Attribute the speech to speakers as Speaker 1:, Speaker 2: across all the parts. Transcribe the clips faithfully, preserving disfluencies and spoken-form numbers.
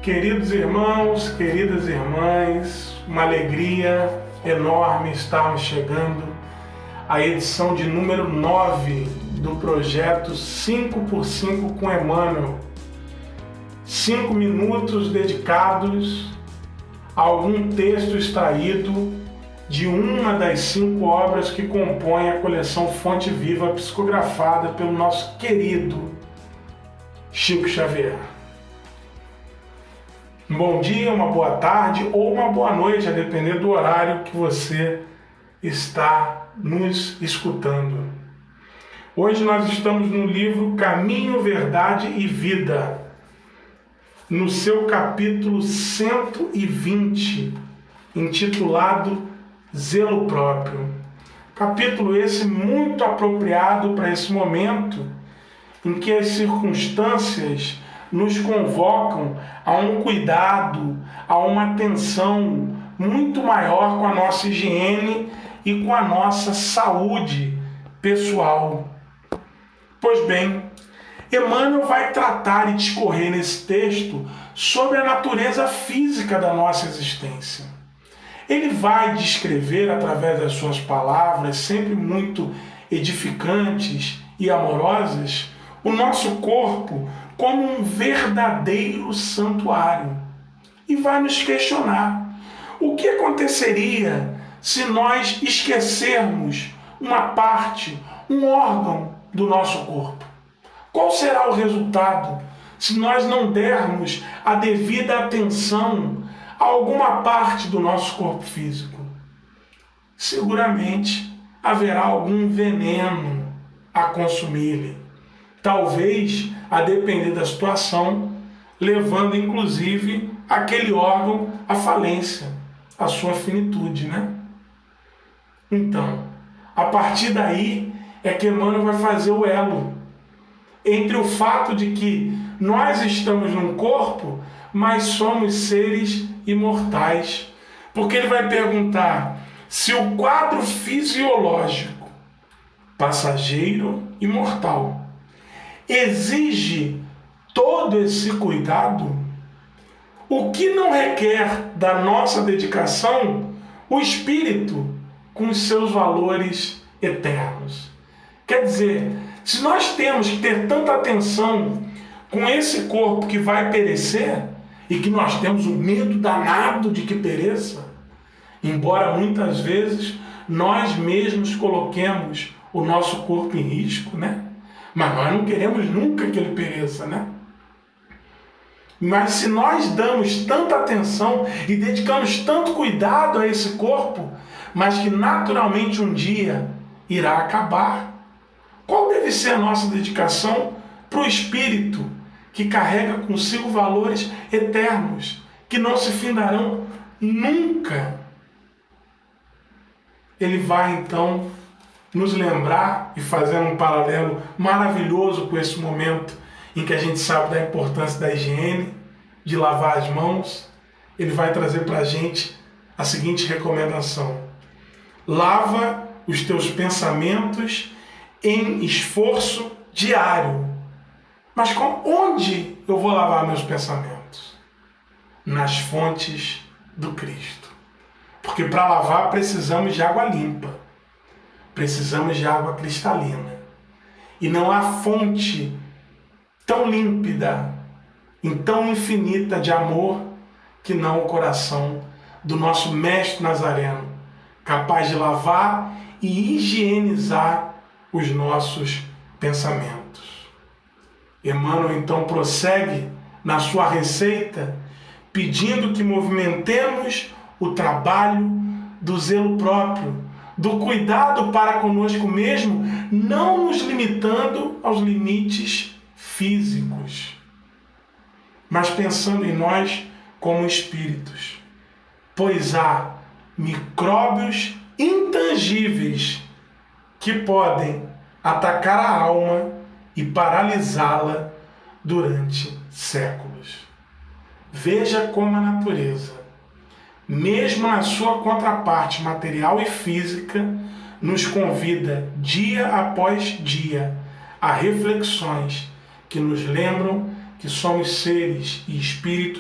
Speaker 1: Queridos irmãos, queridas irmãs, uma alegria enorme estarmos chegando à edição de número nove do projeto cinco por cinco com Emmanuel. Cinco minutos dedicados a algum texto extraído de uma das cinco obras que compõem a coleção Fonte Viva, psicografada pelo nosso querido Chico Xavier. Um bom dia, uma boa tarde ou uma boa noite, a depender do horário que você está nos escutando. Hoje nós estamos no livro Caminho, Verdade e Vida, no seu capítulo cento e vinte, intitulado Zelo Próprio. Capítulo esse muito apropriado para esse momento em que as circunstâncias nos convocam a um cuidado, a uma atenção muito maior com a nossa higiene e com a nossa saúde pessoal. Pois bem, Emmanuel vai tratar e discorrer nesse texto sobre a natureza física da nossa existência. Ele vai descrever, através das suas palavras, sempre muito edificantes e amorosas, o nosso corpo como um verdadeiro santuário. E vai nos questionar: o que aconteceria se nós esquecermos uma parte, um órgão do nosso corpo? Qual será o resultado se nós não dermos a devida atenção a alguma parte do nosso corpo físico? Seguramente haverá algum veneno a consumir-lhe. Talvez, a depender da situação, levando inclusive aquele órgão à falência, à sua finitude, né? Então, a partir daí é que Emmanuel vai fazer o elo entre o fato de que nós estamos num corpo, mas somos seres imortais. Porque ele vai perguntar se o quadro fisiológico, passageiro e mortal, exige todo esse cuidado, o que não requer da nossa dedicação o espírito com os seus valores eternos. Quer dizer, se nós temos que ter tanta atenção com esse corpo que vai perecer e que nós temos um medo danado de que pereça, embora muitas vezes nós mesmos coloquemos o nosso corpo em risco, né? Mas nós não queremos nunca que ele pereça, né? Mas se nós damos tanta atenção e dedicamos tanto cuidado a esse corpo, mas que naturalmente um dia irá acabar, qual deve ser a nossa dedicação para o espírito que carrega consigo valores eternos, que não se findarão nunca? Ele vai então nos lembrar, e fazendo um paralelo maravilhoso com esse momento em que a gente sabe da importância da higiene, de lavar as mãos, ele vai trazer para a gente a seguinte recomendação: lava os teus pensamentos em esforço diário. Mas com, onde eu vou lavar meus pensamentos? Nas fontes do Cristo. Porque para lavar precisamos de água limpa. Precisamos de água cristalina. E não há fonte tão límpida e tão infinita de amor que não o coração do nosso Mestre Nazareno, capaz de lavar e higienizar os nossos pensamentos. Emmanuel então prossegue na sua receita, pedindo que movimentemos o trabalho do zelo próprio, do cuidado para conosco mesmo, não nos limitando aos limites físicos, mas pensando em nós como espíritos, pois há micróbios intangíveis que podem atacar a alma e paralisá-la durante séculos. Veja como a natureza, mesmo na sua contraparte material e física, nos convida dia após dia a reflexões que nos lembram que somos seres e espíritos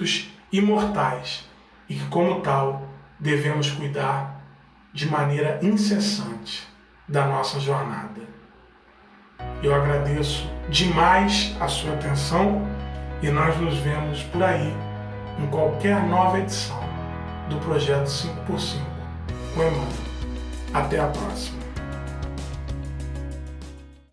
Speaker 1: imortais e que, como tal, devemos cuidar de maneira incessante da nossa jornada. Eu agradeço demais a sua atenção e nós nos vemos por aí em qualquer nova edição do Projeto cinco por cinco com Emmanuel. Até a próxima.